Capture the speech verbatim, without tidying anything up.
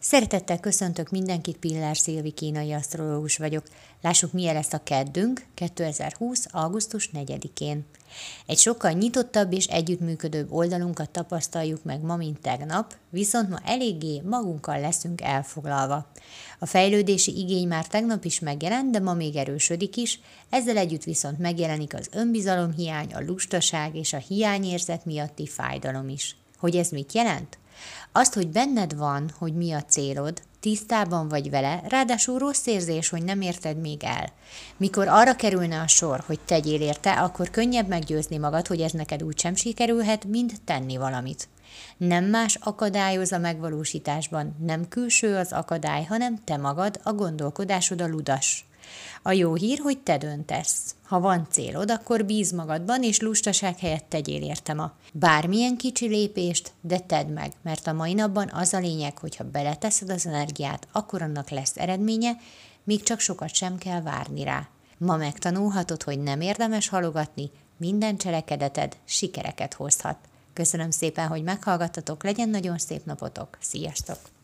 Szeretettel köszöntök mindenkit, Pillár Szilvi kínai asztrológus vagyok. Lássuk, milyen lesz a keddünk kétezer-húsz. augusztus negyedikén. Egy sokkal nyitottabb és együttműködőbb oldalunkat tapasztaljuk meg ma, mint tegnap, viszont ma eléggé magunkkal leszünk elfoglalva. A fejlődési igény már tegnap is megjelent, de ma még erősödik is, ezzel együtt viszont megjelenik az önbizalomhiány, a lustaság és a hiányérzet miatti fájdalom is. Hogy ez mit jelent? Azt, hogy benned van, hogy mi a célod, tisztában vagy vele, ráadásul rossz érzés, hogy nem érted még el. Mikor arra kerülne a sor, hogy tegyél érte, akkor könnyebb meggyőzni magad, hogy ez neked úgysem sikerülhet, mint tenni valamit. Nem más akadályoz a megvalósításban, nem külső az akadály, hanem te magad, a gondolkodásod a ludas. A jó hír, hogy te döntesz. Ha van célod, akkor bíz magadban, és lustaság helyett tegyél érte ma. Bármilyen kicsi lépést, de tedd meg, mert a mai napban az a lényeg, hogyha beleteszed az energiát, akkor annak lesz eredménye, még csak sokat sem kell várni rá. Ma megtanulhatod, hogy nem érdemes halogatni, minden cselekedeted sikereket hozhat. Köszönöm szépen, hogy meghallgattatok, legyen nagyon szép napotok, sziasztok!